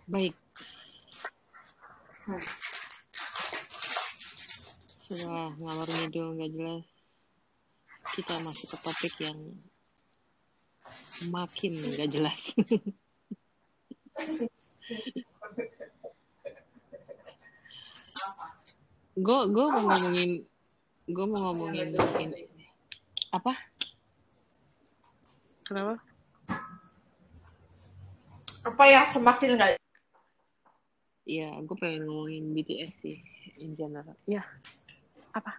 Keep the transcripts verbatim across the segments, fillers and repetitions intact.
Baik. Hmm. Setelah ngalor ngidul nggak jelas, kita masuk ke topik yang makin nggak jelas. Gue gue mau ngomongin, gue mau ngomongin ini. Apa? Kenapa? Apa yang semakin nggak? Iya, gue pengen ngomongin B T S sih in general. Ya, apa?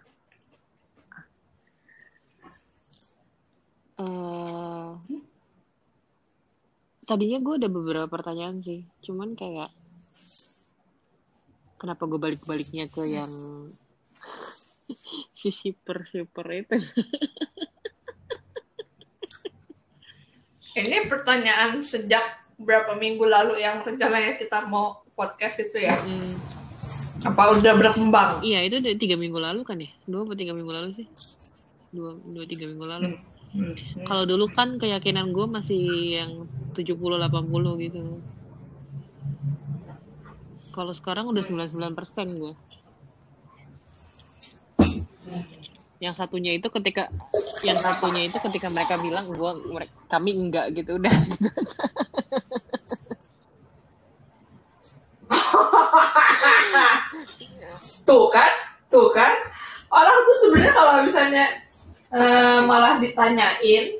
Uh, tadinya gue ada beberapa pertanyaan sih, cuman kayak kenapa gue balik-baliknya ke yang si shipper-shipper itu. Ini pertanyaan sejak berapa minggu lalu yang rencananya kita mau podcast itu ya? Mm. Apa udah berkembang? Iya, itu udah tiga minggu lalu kan ya? Dua atau tiga minggu lalu sih? Dua, dua tiga minggu lalu. Hmm. Hmm. Kalau dulu kan keyakinan gue masih yang tujuh puluh delapan puluh gitu. Kalau sekarang udah sembilan puluh sembilan persen gue. Yang satunya itu ketika yang satunya itu ketika mereka bilang gua mereka, kami enggak gitu udah. Tuh kan, tuh kan. Orang tuh sebenarnya kalau misalnya uh, malah ditanyain,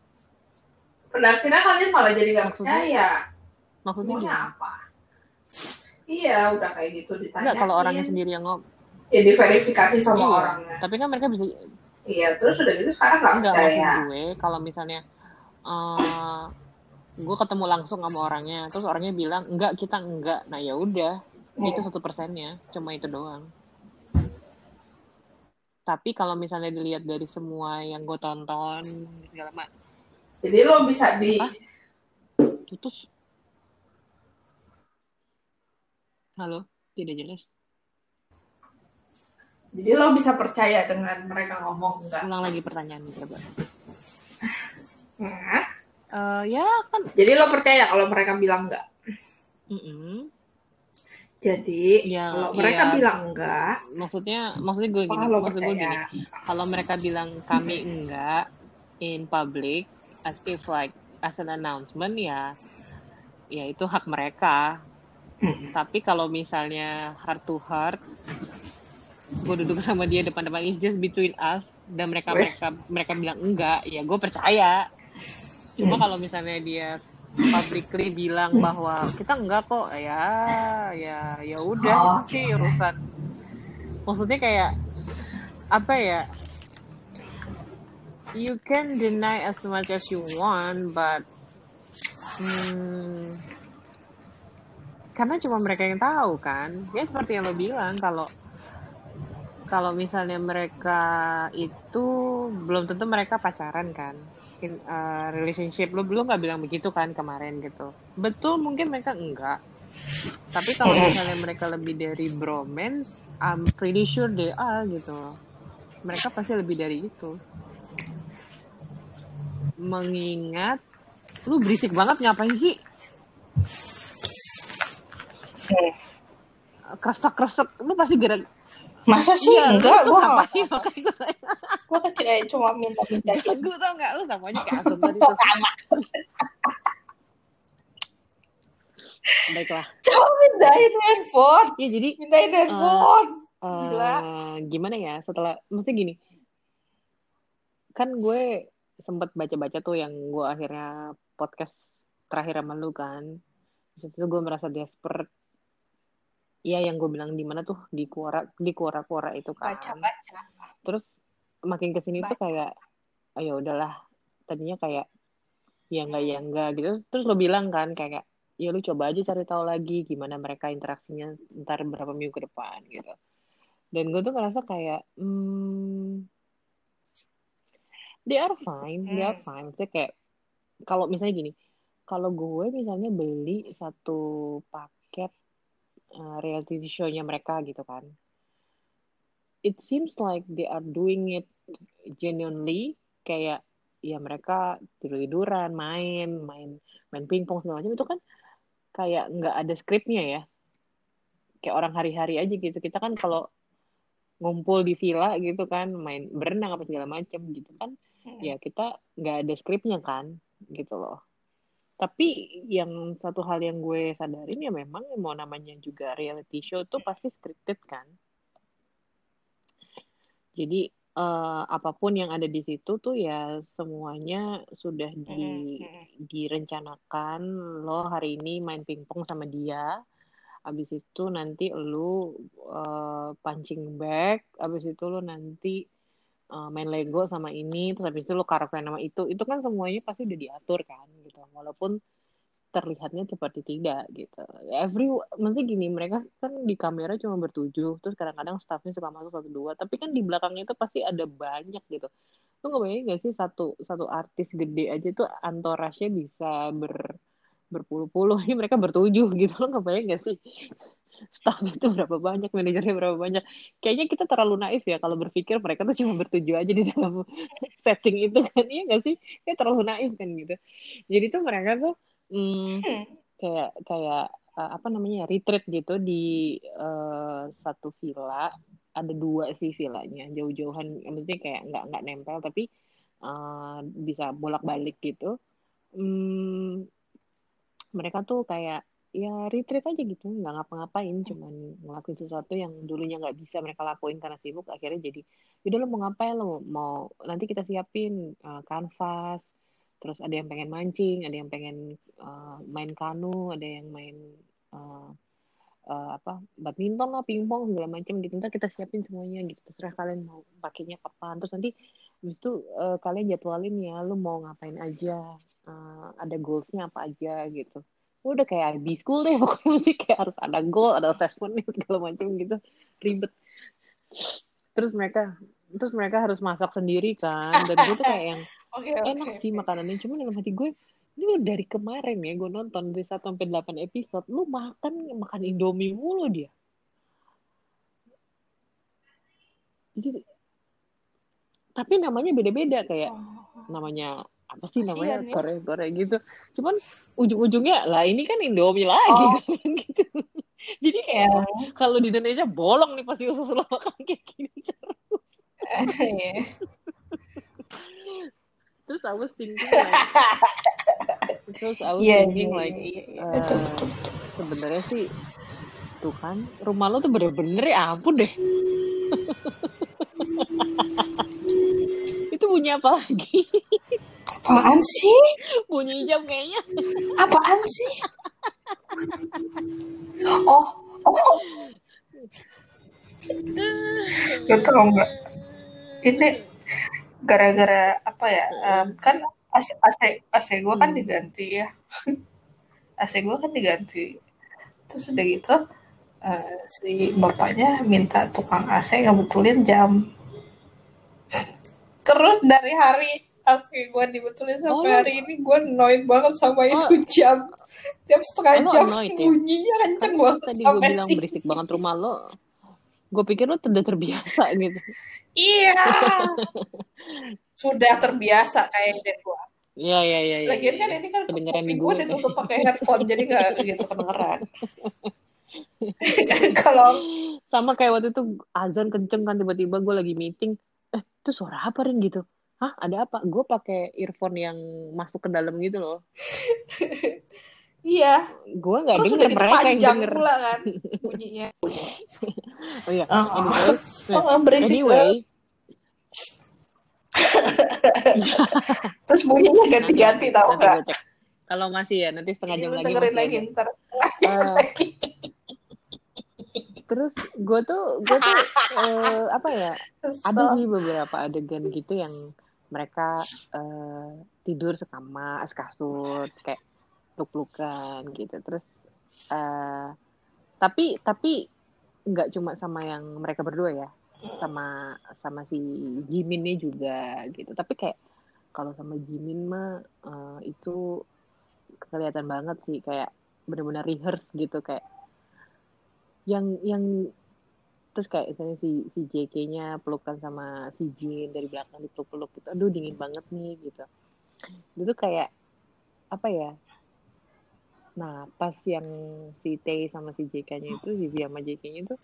pada kalian malah jadi nggak percaya. Maksudnya apa? Iya, udah kayak gitu ditanyain. Enggak, kalau orangnya sendiri yang ngomong. Ya diverifikasi sama iya, orangnya. Tapi kan mereka bisa. Iya, terus udah gitu sekarang nggak percaya. Enggak, maksud gue kalau misalnya uh, gue ketemu langsung sama orangnya, terus orangnya bilang enggak, kita enggak, nah ya udah, hmm. itu satu persennya, cuma itu doang. Tapi kalau misalnya dilihat dari semua yang gue tonton segala macam, jadi lo bisa di putus. Halo, tidak jelas. Jadi lo bisa percaya dengan mereka ngomong enggak? Ulang lagi pertanyaannya coba. Nah, uh, ya kan. Jadi lo percaya kalau mereka bilang enggak? Mm-mm. Jadi ya, kalau mereka ya, bilang enggak, maksudnya maksudnya gue gini, maksud gue gini, kalau mereka bilang kami enggak in public as if like as an announcement ya, ya itu hak mereka. Hmm. Tapi kalau misalnya heart to heart, gue duduk sama dia depan-depan, it's just between us, dan mereka mereka mereka bilang enggak, ya gue percaya. Cuma hmm. kalau misalnya dia publicly bilang bahwa kita enggak kok, ya ya ya udah, oh, itu sih urusan. Maksudnya kayak apa ya? You can deny as much as you want, but hmm, karena cuma mereka yang tahu kan. Ya seperti yang lo bilang, kalau kalau misalnya mereka itu belum tentu mereka pacaran kan. In, uh, relationship lo belum nggak bilang begitu kan kemarin gitu. Betul, mungkin mereka enggak, tapi kalau misalnya mereka lebih dari bromance, I'm pretty sure they are gitu. Mereka pasti lebih dari itu. Mengingat lu berisik banget, ngapain sih? Kresek-kresek lu pasti gerak. Masa sih ya, enggak, gue ngapain? Gue kecil cuma minta-minta. Gue tau nggak, lu sama aja kayak asal tadi tuh. Baiklah. Coba mindahin handphone. Iya, jadi mindahin handphone. Uh, uh, gimana ya? Setelah, maksudnya gini, kan gue sempet baca-baca tuh yang gue akhirnya podcast terakhir sama lu kan. Terus itu gue merasa desperate. Iya, yang gue bilang di mana tuh di kuara di kuara-kuara itu kan. Baca-baca. Terus makin kesini Baca. tuh kayak, oh ya udahlah. Tadinya kayak ya enggak ya enggak gitu. Terus lo bilang kan kayak, ya lu coba aja cari tahu lagi gimana mereka interaksinya ntar berapa minggu ke depan gitu. Dan gue tuh ngerasa kayak, hmm, they are fine, they are fine. Maksudnya kayak kalau misalnya gini, kalau gue misalnya beli satu paket Uh, reality show-nya mereka gitu kan, it seems like they are doing it genuinely, kayak ya mereka tidur-tiduran, main main main pingpong segala macam, itu kan kayak nggak ada skripnya ya, kayak orang hari-hari aja gitu. Kita kan kalau ngumpul di villa gitu kan, main berenang apa segala macam gitu kan, hmm. ya kita nggak ada skripnya kan gitu loh. Tapi yang satu hal yang gue sadarin ya memang mau namanya juga reality show tuh pasti scripted kan. Jadi uh, apapun yang ada di situ tuh ya semuanya sudah di, direncanakan. Lo hari ini main pingpong sama dia, abis itu nanti lo uh, punching bag, abis itu lo nanti uh, main Lego sama ini, terus abis itu lo karaoke nama itu. Itu kan semuanya pasti udah diatur kan gitu. Walaupun terlihatnya seperti tidak gitu. Every, maksudnya gini, mereka kan di kamera cuma bertujuh, terus kadang-kadang staffnya suka masuk satu dua, tapi kan di belakangnya itu pasti ada banyak gitu. Lo ngebayangin gak sih satu satu artis gede aja tuh antorasnya bisa ber berpuluh-puluh, ini mereka bertujuh gitu. Lo ngebayangin gak sih staffnya itu berapa banyak, manajernya berapa banyak? Kayaknya kita terlalu naif ya kalau berpikir mereka tuh cuma bertujuh aja di dalam setting itu kan, iya gak sih? Kayak terlalu naif kan gitu. Jadi tuh mereka tuh Hmm, kayak kayak uh, apa namanya retreat gitu di uh, satu villa, ada dua sih villanya, jauh-jauhan, maksudnya kayak nggak nggak nempel tapi uh, bisa bolak-balik gitu. Hmm, mereka tuh kayak ya retreat aja gitu, nggak ngapa-ngapain, cuman ngelakuin sesuatu yang dulunya nggak bisa mereka lakuin karena sibuk, akhirnya jadi udah lo mau ngapain, lo mau nanti kita siapin uh, kanvas, terus ada yang pengen mancing, ada yang pengen uh, main kanu, ada yang main uh, uh, apa badminton lah, pingpong segala macam gitu. Ntar kita siapin semuanya gitu, terserah kalian mau pakainya kapan. Terus nanti habis itu uh, kalian jadwalin ya, lu mau ngapain aja, uh, ada goalsnya apa aja gitu. Udah kayak I B school deh pokoknya, mesti kayak harus ada goal, ada assessment segala macam gitu, ribet. Terus mereka terus mereka harus masak sendiri kan, dan gue tuh kayak yang okay, okay, enak sih okay. makanannya, cuma dalam hati gue ini dari kemarin ya gue nonton dari satu sampai delapan episode, lu makan makan Indomie mulu dia. Jadi tapi namanya beda-beda, kayak oh. namanya apa sih namanya ya? Korea-Korea gitu. Cuman ujung-ujungnya lah ini kan Indomie lagi oh. kan gitu. Jadi kayak yeah. kalau di Indonesia bolong nih pasti usus lo makan kayak gini terus. Yeah. Terus I was thinking like, terus I was yeah, thinking yeah, like, yeah, yeah. Uh, sebenarnya sih tuh kan rumah lo tuh bener-bener ya ampun deh. Itu bunyi apa lagi? Apaan sih? Bunyi jam kayaknya. Apaan sih? Oh, oh. Lo tau nggak? Ini gara-gara apa ya? Um, kan A C A C gue kan diganti ya. A C gue kan diganti. Terus udah gitu uh, si bapaknya minta tukang A C ngebetulin jam. Terus dari hari A C gue dibetulin sampai oh, hari ini gue annoyed banget sama oh, itu jam. Jam setengah jam bunyinya ya? Kenceng kan banget. Tadi gue bilang berisik banget rumah lo. Gue pikir lo udah terbiasa gitu. Iya. Sudah terbiasa kayaknya gue. Iya, iya, iya. Lagian kan ini kan kedengeran di gue ditutup pakai headphone, jadi nggak gitu kedengeran. Kalau sama kayak waktu itu azan kenceng kan, tiba-tiba gue lagi meeting, eh itu suara apa Rin gitu? Hah, ada apa? Gue pakai earphone yang masuk ke dalam gitu loh. Iya. Gue nggak denger, mereka yang denger. Pula kan bunyinya. Oh iya. Oh, anyway, oh, berisik anyway. Terus bunyinya ganti-ganti tau nggak? Kalau masih ya nanti setengah jam lagi. Dengerin lagi ntar. Uh, terus gue tuh gue tuh uh, apa ya? Ada sih beberapa adegan gitu yang mereka uh, tidur sekamar, sekasur, kayak peluk-pelukan gitu. Terus uh, tapi tapi nggak cuma sama yang mereka berdua ya, sama sama si Jiminnya juga gitu. Tapi kayak kalau sama Jimin mah uh, itu kelihatan banget sih, kayak benar-benar rehearse gitu, kayak yang yang terus kayak misalnya si si J K-nya pelukan sama si Jin dari belakang dipeluk-peluk gitu, aduh dingin banget nih gitu. Itu kayak apa ya? Nah, pas yang si T sama si J K-nya itu, si V sama J K-nya itu,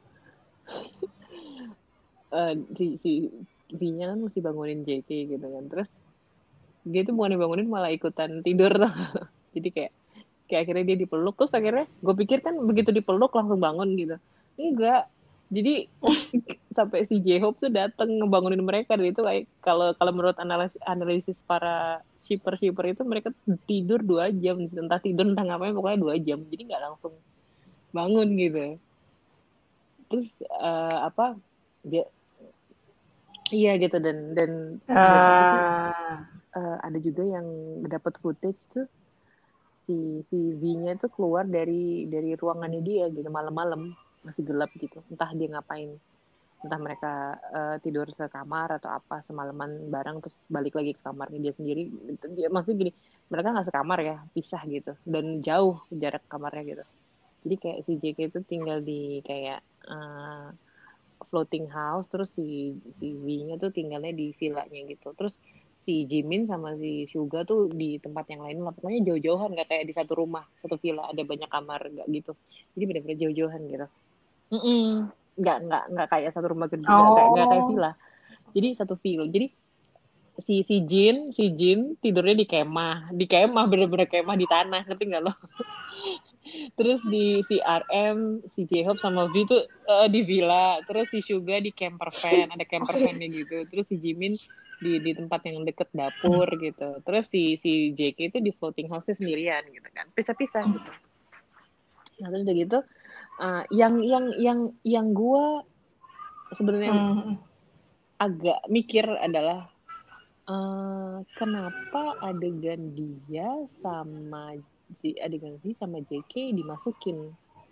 uh, si, si V-nya kan mesti bangunin J K gitu kan. Terus dia tuh bukan dibangunin malah ikutan tidur tuh. Jadi kayak kayak akhirnya dia dipeluk, terus akhirnya gue pikir kan begitu dipeluk langsung bangun gitu. Enggak. Jadi sampai si J-Hope tuh dateng ngebangunin mereka, dan itu kayak kalau kalau menurut analisis analisis para shipper shipper itu mereka tidur dua jam, entah tidur entah ngapain pokoknya dua jam, jadi nggak langsung bangun gitu. Terus uh, apa dia iya gitu, dan dan dan apa sih Ah, uh, ada juga yang dapat footage tuh si si V-nya itu keluar dari dari ruangannya dia gitu malam-malam, masih gelap gitu, entah dia ngapain, entah mereka uh, tidur sekamar atau apa semalaman bareng terus balik lagi ke kamarnya dia sendiri. Dia maksudnya gini, mereka nggak sekamar ya, pisah gitu, dan jauh jarak kamarnya gitu. Jadi kayak si J K itu tinggal di kayak uh, floating house, terus si si V-nya tuh tinggalnya di villanya gitu. Terus si Jimin sama si Suga tuh di tempat yang lain lah, pokoknya jauh-jauhan, nggak kayak di satu rumah satu villa ada banyak kamar, nggak gitu. Jadi benar-benar jauh-jauhan gitu. Mm-mm. nggak nggak nggak kayak satu rumah gede, nggak kayak nggak kayak oh, villa, jadi satu villa. Jadi si si Jin si Jin tidurnya di kemah, di kemah bener-bener kemah di tanah, ngerti nggak lo? Terus di si R M, si J-Hope sama V tuh uh, di villa, terus si Suga di camper van, ada camper oke. vannya gitu, terus si Jimin di di tempat yang deket dapur gitu, terus si si J K itu di floating house sendirian gitu kan, pisah-pisah gitu. Nah terus udah gitu, uh, yang yang yang yang gue sebenarnya Hmm. agak mikir adalah uh, kenapa adegan dia sama si adegan si sama J K dimasukin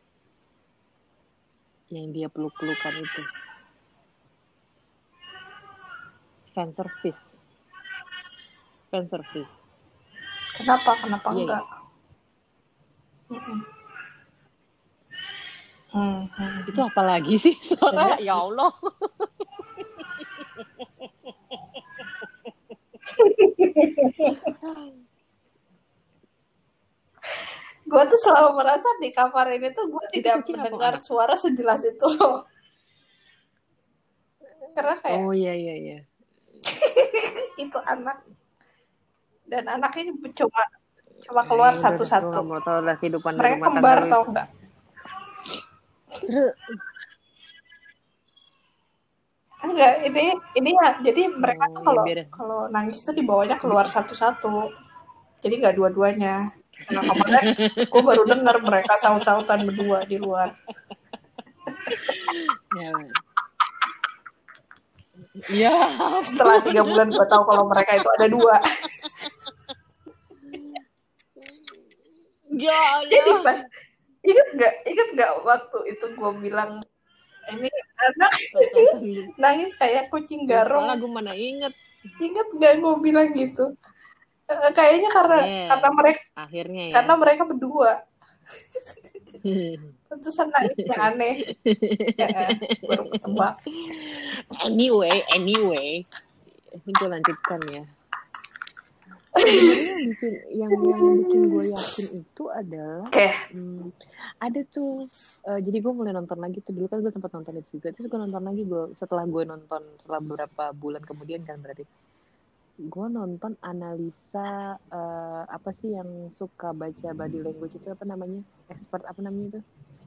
yang dia peluk-pelukan itu, fan service, fan service. Kenapa? Kenapa Iya ya. enggak? Mm-mm. Hmm, hmm, Itu hmm. apalagi sih suara, Saya, ya Allah. gue tuh selalu merasa di kamar ini tuh gue Itu tidak kucing apa mendengar anak? suara sejelas itu loh. Karena kayak Oh iya iya iya. itu anak, dan anaknya coba coba keluar Eh udah dah, gue satu-satu. gak mau tahu lah kehidupan di Mereka rumah tangga kembar lu tau itu. nggak? Terus, Enggak, ini ini ya. Jadi mereka tuh oh ya kalau biarin. kalau nangis tuh dibawanya keluar satu-satu. Jadi nggak dua-duanya. Nah kemarin gue baru dengar mereka saut-sautan berdua di luar. Ya. Ya Setelah ampun. tiga bulan gue tahu kalau mereka itu ada dua. Ya Jadi Allah. pas inget nggak inget nggak waktu itu gue bilang ini anak Saut-sautan gitu. nangis kayak kucing Ya garong. lah gue mana inget. Ingat nggak gue bilang gitu? Eh, kayaknya karena Yeah. karena mereka Akhirnya ya. karena mereka berdua. Tentusan naisnya aneh. Eh, baru ketebak. Anyway, anyway, ini gue lanjutkan ya. Sebenarnya yang bikin yang yang bikin gue yakin itu adalah okay. hmm, ada tuh uh, jadi gue mulai nonton lagi tuh, dulu kan gue sempat nonton itu juga, terus gue nonton lagi gue setelah gue nonton setelah beberapa bulan kemudian kan, berarti gue nonton analisa uh, apa sih yang suka baca body language itu, apa namanya, expert apa namanya itu,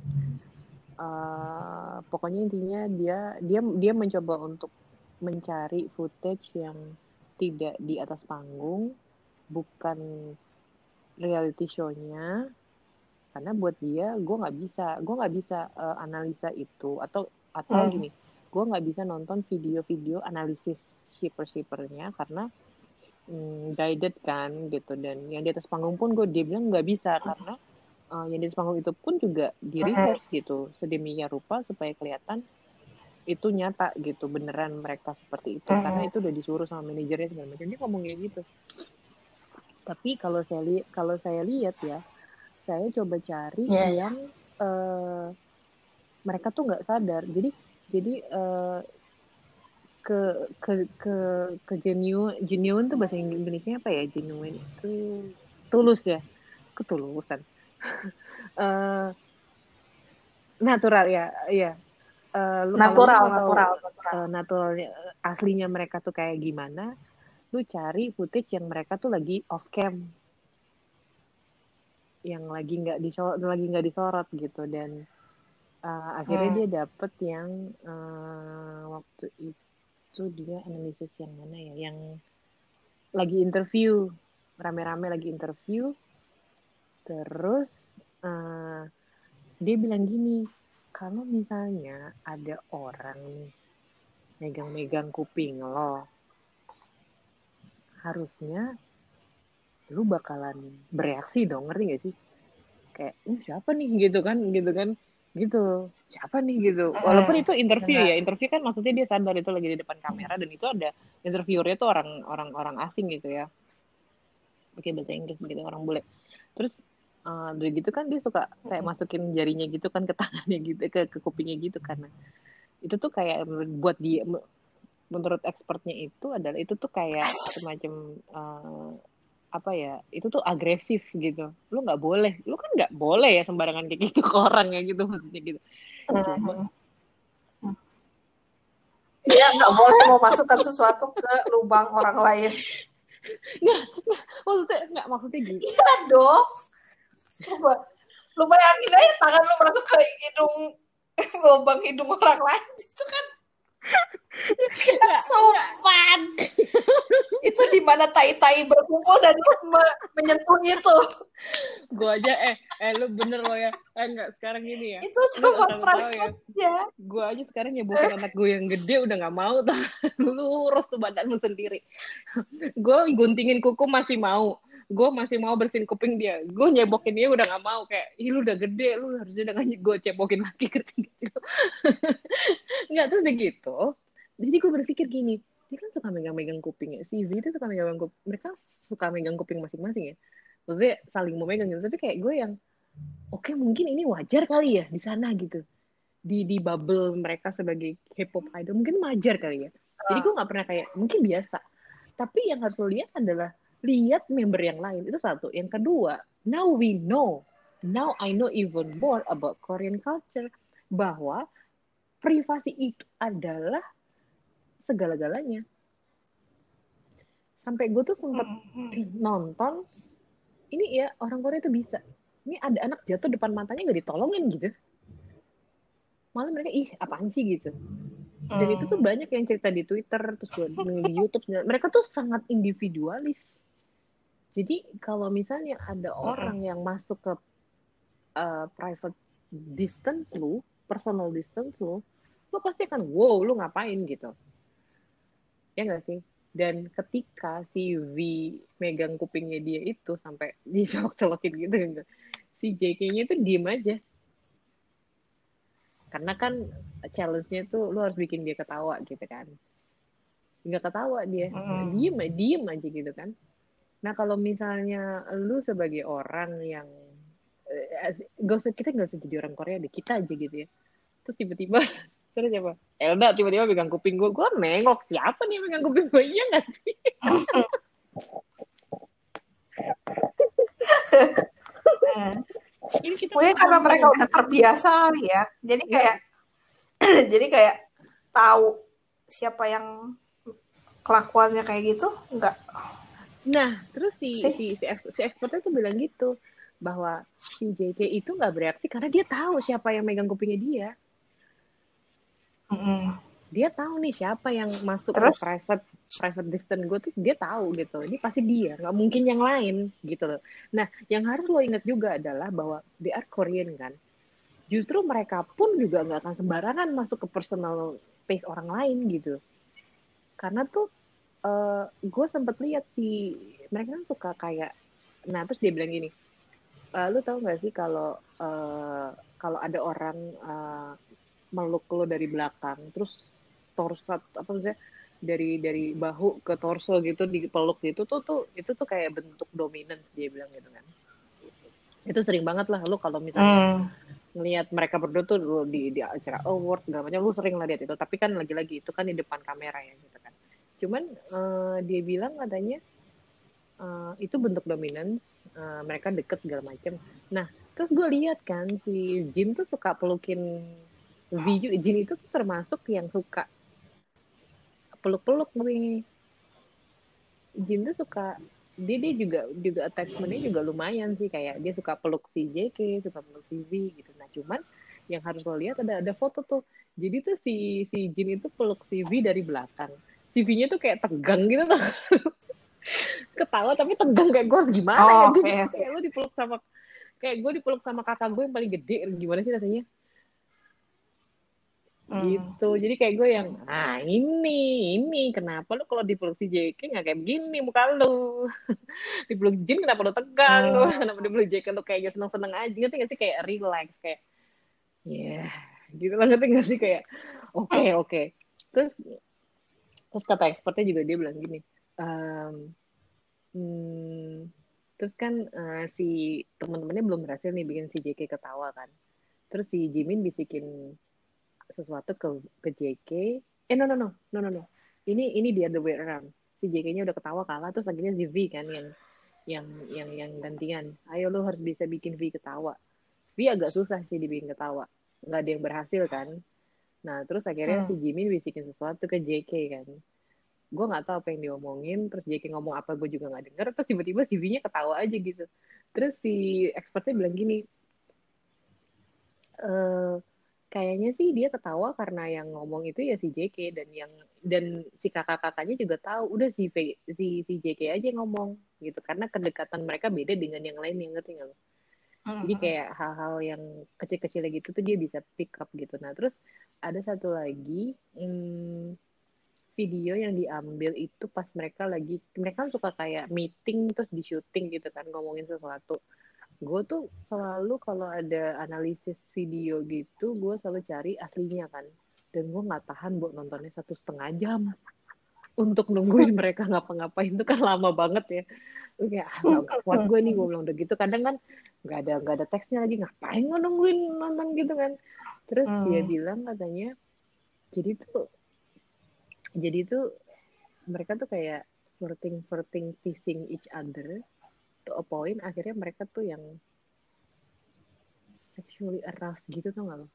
uh, pokoknya intinya dia dia dia mencoba untuk mencari footage yang tidak di atas panggung, bukan reality show-nya, karena buat dia gue nggak bisa gue nggak bisa uh, analisa itu, atau atau hmm. gini, gue nggak bisa nonton video-video analisis shipper-shippernya karena mm, guided kan gitu, dan yang di atas panggung pun gue dia bilang nggak bisa karena uh, yang di atas panggung itu pun juga di rehearse gitu sedemikian rupa supaya kelihatan itu nyata gitu, beneran mereka seperti itu, karena itu udah disuruh sama manajernya segala macam, dia ngomong kayak gitu. Tapi kalau saya lihat kalau saya lihat ya, saya coba cari yeah, yang yeah. Uh, mereka tuh nggak sadar, jadi jadi uh, ke ke ke ke genuine genuine tuh bahasa Indonesia apa ya, genuine itu tulus ya, ketulusan. uh, natural ya, iya. Uh, lu natural, kalau natural, tahu, natural. Uh, naturalnya aslinya mereka tuh kayak gimana, lu cari footage yang mereka tuh lagi off cam, yang lagi nggak disorot, lagi nggak disorot gitu, dan uh, akhirnya hmm. dia dapet yang uh, waktu itu dia analisis yang mana ya, yang lagi interview, rame-rame lagi interview, terus uh, dia bilang gini, kalau misalnya ada orang nih megang-megang kuping lo, harusnya lu bakalan bereaksi dong, ngerti gak sih? Kayak, uh, siapa nih gitu kan, gitu kan, gitu, siapa nih gitu. Walaupun itu interview ya, interview kan maksudnya dia sadar itu lagi di depan kamera, dan itu ada interviewernya tuh orang orang orang asing gitu ya, pakai bahasa Inggris gitu, orang bule. Terus uh, udah gitu kan dia suka kayak masukin jarinya gitu kan ke tangannya gitu, ke ke kupingnya gitu, karena itu tuh kayak buat dia, menurut expertnya itu adalah itu tuh kayak semacam uh, apa ya, itu tuh agresif gitu. Lu nggak boleh, lu kan nggak boleh ya sembarangan kayak gitu ke orang ya gitu, maksudnya gitu. Cuma iya, nggak boleh mau masukkan sesuatu ke lubang orang lain. Nggak, nggak, maksudnya nggak, maksudnya gitu. Iya dong. Coba, lu bayangin aja tangan lu masuk ke hidung, lubang hidung orang lain, itu kan sopan. Itu di mana tai-tai berkumpul dan lu me- menyentuh itu. Gue aja eh eh lu bener lo ya, eh enggak sekarang gini ya, itu sama private ya, gue aja sekarang nyebokin anak gue yang gede udah nggak mau tuh. Lu urus tuh badanmu sendiri. Gue guntingin kuku masih mau, gue masih mau bersihin kuping dia, gue nyebokin dia udah nggak mau, kayak ih lu udah gede, lu harusnya udah nggak gue cebokin lagi gitu. Nggak, tuh udah gitu. Jadi gue berpikir gini, dia kan suka megang-megang kupingnya, si V itu suka megang kuping, mereka suka megang kuping masing-masing ya, maksudnya saling mau megang gitu. Tapi kayak gue yang oke, okay, mungkin ini wajar kali ya di sana gitu, di di bubble mereka sebagai K-pop idol mungkin wajar kali ya. Jadi gue nggak pernah kayak, mungkin biasa. Tapi yang harus lo lihat adalah lihat member yang lain, itu satu. Yang kedua, now we know, now I know even more about Korean culture, bahwa privasi itu adalah segala-galanya. Sampai gue tuh sempet nonton, ini ya orang Korea tuh bisa, ini ada anak jatuh depan matanya gak ditolongin gitu, malah mereka ih apaan sih gitu. Dan itu tuh banyak yang cerita di Twitter, terus gue di YouTube, mereka tuh sangat individualis. Jadi kalau misalnya ada orang yang masuk ke uh, private distance lu, personal distance lu, lu pasti akan wow, lu ngapain gitu, ya nggak sih? Dan ketika si V megang kupingnya dia itu sampai dicolok-colokin gitu, si J K-nya tuh diem aja. Karena kan challenge-nya tuh lu harus bikin dia ketawa gitu kan. Nggak ketawa dia, diem, diem aja gitu kan. Nah kalau misalnya lu sebagai orang yang, gak usah, kita nggak usah jadi orang Korea deh, kita aja gitu ya. Terus tiba-tiba Siapa siapa? Elda tiba-tiba pegang kuping gue. Gue nengok, siapa nih pegang kuping gue? Iya gak sih? Ini kita mungkin karena mereka udah terbiasa kali ya. Jadi kayak ya. Jadi kayak tahu siapa yang kelakuannya kayak gitu, enggak. Nah, terus si si si, si expertnya tuh bilang gitu, bahwa si J K itu nggak bereaksi karena dia tahu siapa yang megang kupingnya dia. Mm-hmm. Dia tahu nih siapa yang masuk terus? Ke private private distance gue tuh, dia tahu gitu. Ini pasti dia, nggak mungkin yang lain gitu loh. Nah, yang harus lo ingat juga adalah bahwa they are Korean kan. Justru mereka pun juga nggak akan sembarangan masuk ke personal space orang lain gitu. Karena tuh uh, gue sempet lihat si mereka kan suka kayak, nah terus dia bilang gini, e, lu tahu nggak sih kalau uh, kalau ada orang uh, meluk lo dari belakang, terus torso apa maksudnya dari dari bahu ke torso gitu dipeluk gitu tuh tuh itu tuh kayak bentuk dominance, dia bilang gitu kan. Itu sering banget lah lu kalau misalnya mm. ngelihat mereka berdua tuh di di acara award segala macam, lu sering lah lihat itu. Tapi kan lagi-lagi itu kan di depan kamera ya gitu kan. Cuman uh, dia bilang katanya uh, itu bentuk dominance, uh, mereka deket segala macam. Nah Terus gue lihat kan si Jin tuh suka pelukin V juga. Jin itu tuh termasuk yang suka peluk-peluk nih. Jin tuh suka dia dia juga juga attachment-nya juga lumayan sih, kayak dia suka peluk si J K, suka peluk si V gitu. Nah cuman yang harus lo lihat ada ada foto tuh. Jadi tuh si si Jin itu peluk si V dari belakang. Si V-nya tuh kayak tegang gitu tuh. Ketawa tapi tegang, kayak gue harus gimana Oh, ya. oke, Dia oke. kayak lo dipeluk sama kayak gue dipeluk sama kakak gue yang paling gede, gimana sih rasanya? Hmm. Gitu. Jadi kayak gue yang, ah ini, ini kenapa lu kalau dipeluk si J K nggak kayak begini muka lu? Dipeluk Jin kenapa lu tegang? Hmm. Kenapa dipeluk J K lu kayaknya seneng-seneng aja? Ngerti nggak sih, kayak relax, kayak, ya, yeah. Gitu lah, ngerti nggak sih, kayak, oke okay, oke. Okay. Terus, terus kata expertnya juga dia bilang gini, um, hmm, terus kan uh, si teman-temannya belum berhasil nih bikin si J K ketawa kan. Terus si Jimin bisikin sesuatu ke ke J K. Eh no no no no no no. Ini ini the other way around. Si J K-nya udah ketawa kalah, terus akhirnya si V kan yang yang yang yang gantian. Ayo lu harus bisa bikin V ketawa. V agak susah sih dibikin ketawa. Nggak ada yang berhasil kan. Nah terus akhirnya Hmm. si Jimin bisikin sesuatu ke J K kan. Gue nggak tahu apa yang diomongin, terus J K ngomong apa gue juga nggak denger, terus tiba-tiba si V-nya ketawa aja gitu. Terus si expertnya bilang gini, e, kayaknya sih dia ketawa karena yang ngomong itu ya si J K, dan yang dan si kakak-kakaknya juga tahu, udah si v, si si J K aja ngomong gitu, karena kedekatan mereka beda dengan yang lain, yang ngerti nggak lo? Jadi kayak hal-hal yang kecil-kecil gitu tuh dia bisa pick up gitu. Nah terus ada satu lagi hmm, video yang diambil itu pas mereka lagi, mereka kan suka kayak meeting terus di syuting gitu kan, ngomongin sesuatu. Gue tuh selalu kalau ada analisis video gitu, gue selalu cari aslinya kan. Dan gue nggak tahan buat nontonnya satu setengah jam. Untuk nungguin mereka ngapa-ngapain itu kan lama banget ya. Gue kayak, ah, gak kuat gue nih, gue bilang udah gitu. Kadang kan nggak ada nggak ada teksnya lagi, ngapain gue nungguin nonton gitu kan. Terus hmm. dia bilang katanya, jadi tuh, jadi tuh mereka tuh kayak flirting, flirting, teasing each other. To a point, akhirnya mereka tuh yang sexually aroused gitu, tau gak lo?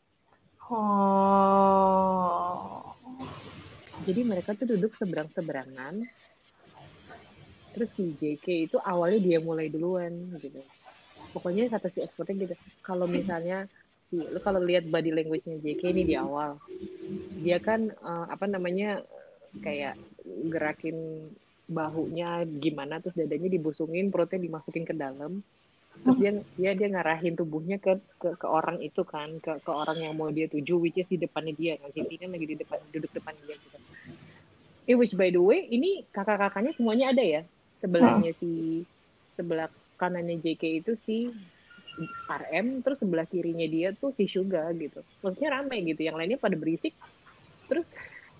Oh. Jadi mereka tuh duduk seberang-seberangan. Terus si J K itu awalnya dia mulai duluan gitu. Pokoknya kata si expertnya gitu, kalau misalnya si lu kalau lihat body language-nya J K ini di awal, dia kan uh, apa namanya kayak gerakin bahunya gimana, terus dadanya dibusungin, perutnya dimasukin ke dalam. Terus dia dia dia ngarahin tubuhnya ke ke ke orang itu kan, ke ke orang yang mau dia tuju, which is di depannya dia kan. J K kan lagi di depan, duduk depan dia gitu. Eh, which by the way, ini kakak-kakaknya semuanya ada ya. Sebelahnya si sebelah kanannya J K itu si R M, terus sebelah kirinya dia tuh si Suga gitu. Maksudnya ramai gitu, yang lainnya pada berisik. Terus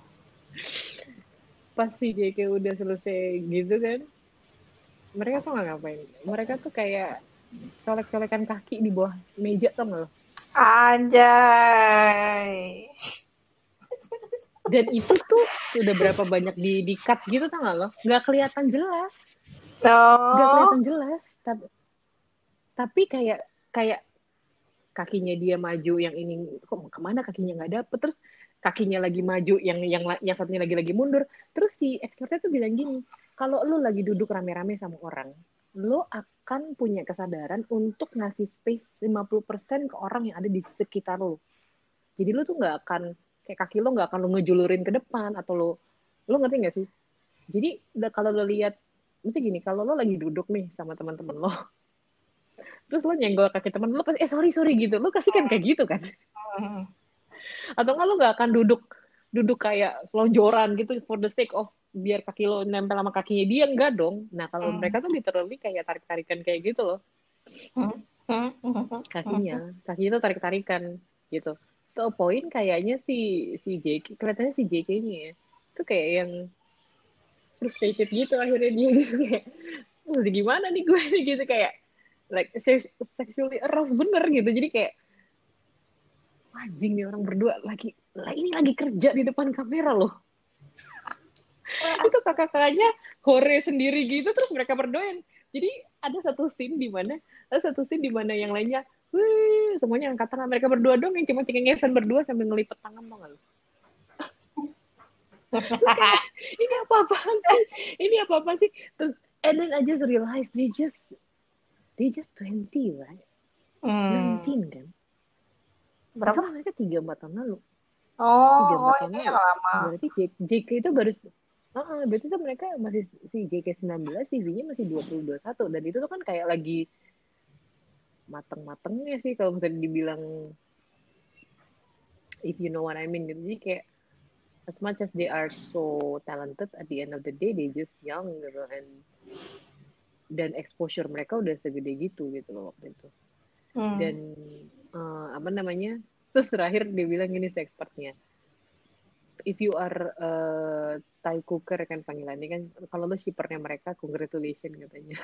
pas si J K udah selesai gitu kan, mereka tuh nggak ngapain. Mereka tuh kayak colek-colekan kaki di bawah meja, tau nggak lo? Anjay. Dan itu tuh udah berapa banyak di di cut gitu, tau nggak lo? Nggak kelihatan jelas. Oh. Nggak kelihatan jelas. Tapi tapi kayak kayak kakinya dia maju, yang ini kok kemana kakinya nggak dapet, terus kakinya lagi maju, yang yang yang satunya lagi lagi mundur. Terus si expertnya tuh bilang gini, kalau lu lagi duduk rame-rame sama orang, lu akan punya kesadaran untuk ngasih space lima puluh persen ke orang yang ada di sekitar lu. Jadi lu tuh nggak akan kayak kaki lu nggak akan lu ngejulurin ke depan, atau lu lu ngerti nggak sih? Jadi kalau lu lihat, mesti gini, kalau lu lagi duduk nih sama teman-teman lo, terus lo nyenggol kaki teman lo, pasti eh sorry sorry gitu, lo kasih kan kayak gitu kan? Atau nggak lo nggak akan duduk duduk kayak selonjoran gitu for the sake of biar kaki lo nempel sama kakinya dia, enggak dong. Nah kalau hmm. mereka tuh literally kayak tarik-tarikan kayak gitu loh, kakinya kakinya tuh tarik-tarikan gitu. To a point kayaknya si si J K, kelihatannya si J K-nya ya tuh kayak yang frustrated gitu akhirnya dia gitu, kayak mesti gimana nih gue nih gitu, kayak like sexually aroused bener gitu. Jadi kayak anjing nih orang berdua lagi ini lagi kerja di depan kamera loh. Itu kakak-kakaknya hore sendiri gitu, terus mereka berdoain. Jadi ada satu scene di mana ada satu scene di mana yang lainnya, wih, semuanya angkat tangan, mereka berdua dong yang cuma cengengesan berdua sambil ngelipet tangan, tau gak lu? Kayak, ini apa-apaan sih? Ini apa-apa sih? Terus, and then I just realize they just they just twenty, right? Hmm. nineteen kan? Berapa? Itu mereka tiga empat tahun lalu. Oh, tiga empat oh tahun ini lalu. yang lama. Berarti J, JK itu baru, uh-uh, berarti tuh mereka masih, si J K sembilan belas, C V-nya masih dua puluh dua puluh satu. Dan itu tuh kan kayak lagi mateng-matengnya sih kalau misalnya dibilang, if you know what I mean gitu. Jadi kayak, as much as they are so talented, at the end of the day, they just young gitu. And dan exposure mereka udah segede gitu gitu loh waktu itu. Hmm. Dan uh, apa namanya, terus terakhir dia bilang gini si expertnya, if you are uh, Thai cooker kan panggilannya kan, kalau lo shippernya mereka, congratulations katanya.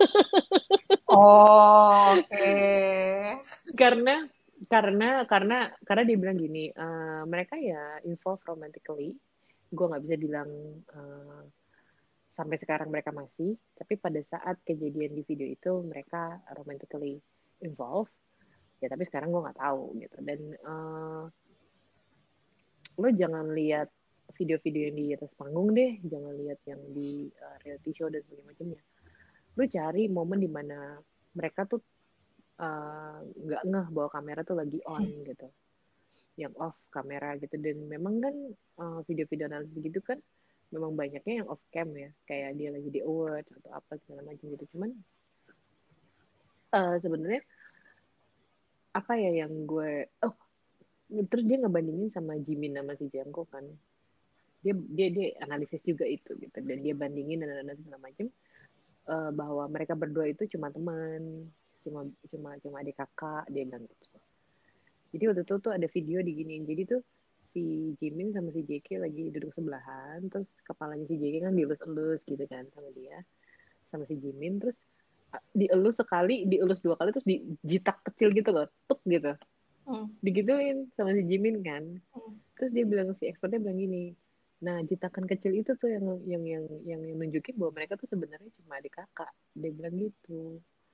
Oh, oke. Okay. karena karena karena karena dia bilang gini, uh, mereka ya involved romantically. Gue nggak bisa bilang uh, sampai sekarang mereka masih, tapi pada saat kejadian di video itu mereka romantically involved. Ya tapi sekarang gue nggak tahu gitu. Dan uh, lo jangan lihat video-video yang di atas panggung deh, jangan lihat yang di uh, reality show dan sebagainya macamnya. Lo cari momen dimana mereka tuh nggak uh, ngeh bahwa kamera tuh lagi on gitu, yang off kamera gitu. Dan memang kan uh, video-video analisis gitu kan memang banyaknya yang off cam ya, kayak dia lagi di award atau apa segala macam gitu. Cuman uh, sebenarnya apa ya yang gue, oh terus dia ngebandingin sama Jimin sama si Jungkook kan, dia dia dia analisis juga itu gitu, dan dia bandingin dan dan segala macam, uh, bahwa mereka berdua itu cuma teman, cuma cuma cuma adik kakak, dia bilang gitu. Jadi waktu itu tuh ada video diginiin, jadi tuh si Jimin sama si J K lagi duduk sebelahan, terus kepalanya si J K kan dielus-elus gitu kan sama dia, sama si Jimin, terus dielus sekali, dielus dua kali, terus dijitak kecil gitu loh, tuk gitu, hmm. digituin sama si Jimin kan. Hmm. Terus dia bilang, si expertnya bilang gini, nah jitakan kecil itu tuh yang yang yang yang, yang nunjukin bahwa mereka tuh sebenarnya cuma adik kakak, dia bilang gitu.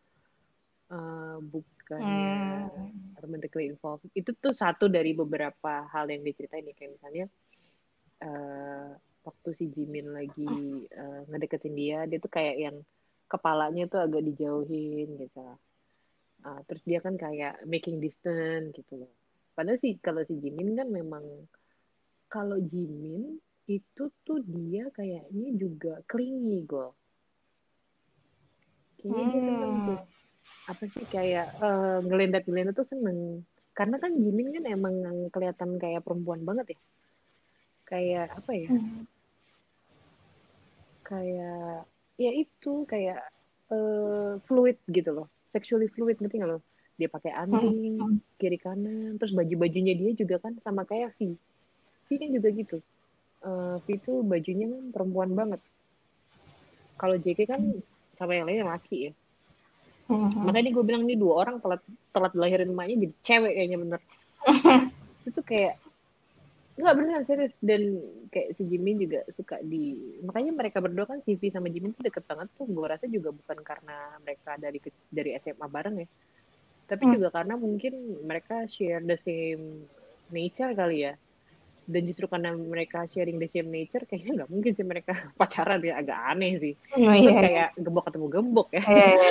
Uh, bukannya hmm. romantically involved. Itu tuh satu dari beberapa hal yang diceritain nih, kayak misalnya uh, waktu si Jimin lagi uh, ngedeketin dia, dia tuh kayak yang kepalanya tuh agak dijauhin gitu. Uh, terus dia kan kayak making distance gitu loh. Padahal sih kalau si Jimin kan memang, kalau Jimin itu tuh dia kayaknya juga clingy go. Kayaknya hmm. dia seneng tuh. Apa sih kayak uh, ngelendat-ngelendat tuh seneng. Karena kan Jimin kan emang kelihatan kayak perempuan banget ya. Kayak apa ya? Hmm. Kayak ya itu kayak uh, fluid gitu loh, sexually fluid, ngerti nggak lo? Dia pakai anting hmm. kiri kanan, terus baju-bajunya dia juga kan sama kayak V. V kan juga gitu. Uh, V itu bajunya kan perempuan banget. Kalau J K kan sama yang lainnya laki ya. Hmm. Makanya gue bilang nih dua orang telat telat lahirin emaknya jadi cewek kayaknya, bener. Itu kayak nggak, beneran serius. Dan kayak si Jimin juga suka di, makanya mereka berdua kan, si V sama Jimin tuh deket banget tuh. Gue rasa juga bukan karena mereka dari dari S M A bareng ya, tapi hmm. juga karena mungkin mereka share the same nature kali ya. Dan justru karena mereka sharing the same nature, kayaknya nggak mungkin sih mereka pacaran ya, agak aneh sih. Oh, terus iya, kayak iya. gembok ketemu gembok ya. Iya, iya.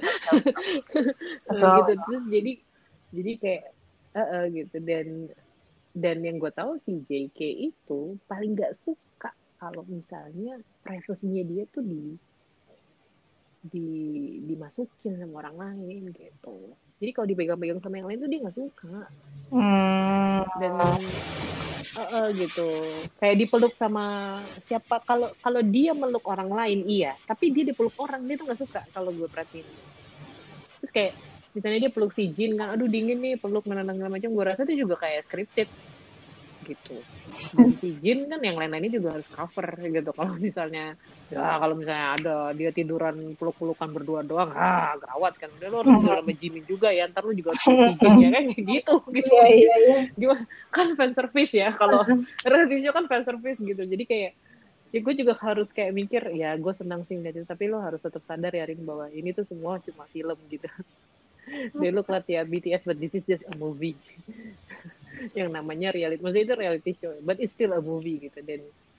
So, gitu. Terus jadi jadi kayak uh, uh, gitu. Dan Dan yang gue tahu si J K itu paling nggak suka kalau misalnya privasinya dia tuh di di dimasukin sama orang lain gitu. Jadi kalau dipegang-pegang sama yang lain tuh dia nggak suka. Hmm. Dan uh, uh, gitu. Kayak dipeluk sama siapa, kalau kalau dia meluk orang lain iya, tapi dia dipeluk orang dia tuh nggak suka kalau gue perhatiin. Terus kayak misalnya dia peluk si Jin kan, aduh dingin nih, peluk menenang macam, gue rasa itu juga kayak scripted gitu. Dan si Jin kan yang lain-lainnya juga harus cover gitu. Kalau misalnya ya kalau misalnya ada dia tiduran peluk-pelukan berdua doang, ah gawat kan. Udah lo harus tidur sama Jimin juga ya, ntar lo juga harus si Jin ya kan, gitu gitu. Iya iya iya. Gimana kan fan service ya, kalau reality show kan fan service gitu. Jadi kayak Ya gue juga harus kayak mikir, ya gue senang sih ngeliat itu, tapi lo harus tetap sadar ya Rin, bahwa ini tuh semua cuma film gitu. They look like ya B T S, but this is just a movie. Yang namanya reality, maksudnya itu reality show, but it's still a movie gitu. Dan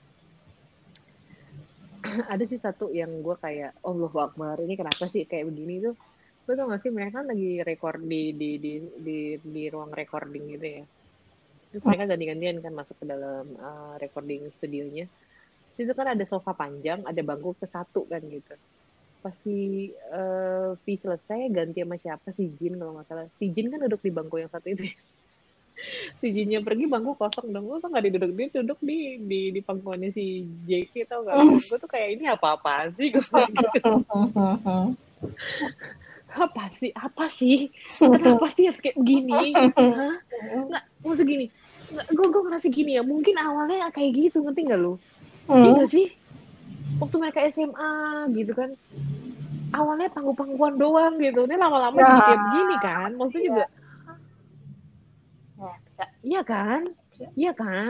ada sih satu yang gue kayak, oh Allahu Akbar, ini kenapa sih kayak begini tuh? Lo tau gak sih mereka kan lagi record di di di di, di ruang recording gitu ya. Terus mereka ganti-gantian kan masuk ke dalam uh, recording studionya. Terus itu kan ada sofa panjang, ada bangku ke satu kan gitu. Pas si uh, V selesai ganti sama siapa, si Jin kalau nggak salah. Si Jin kan duduk di bangku yang satu itu. Si Jinnya pergi, bangku kosong dong. Gue tuh nggak diduduk, dia duduk di di di pangkuannya si J K, tau gak? Gue tuh kayak ini apa-apa sih? Gue gitu. Apa sih? Apa sih? Kenapa sih harus kayak begini? Hah? Nggak, maksud gini. Nggak, gue gue ngerasa gini ya. Mungkin awalnya kayak gitu, ngerti nggak lu? Iya nggak sih? Waktu mereka S M A gitu kan. Awalnya pangku-pangkuan doang gitu. Ini lama-lama jadi kayak begini kan. Maksudnya juga. Ya, bisa. Iya kan? Iya kan?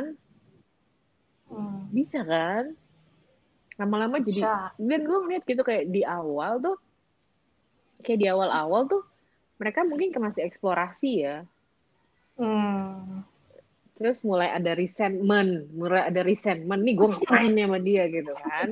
Bisa kan? Lama-lama jadi. Dan gue ngeliat gitu kayak di awal tuh. Kayak di awal-awal tuh. Mereka mungkin masih eksplorasi ya. Hmm. Terus mulai ada resentment. Mulai ada resentment. Nih gue ngapain sama dia gitu kan.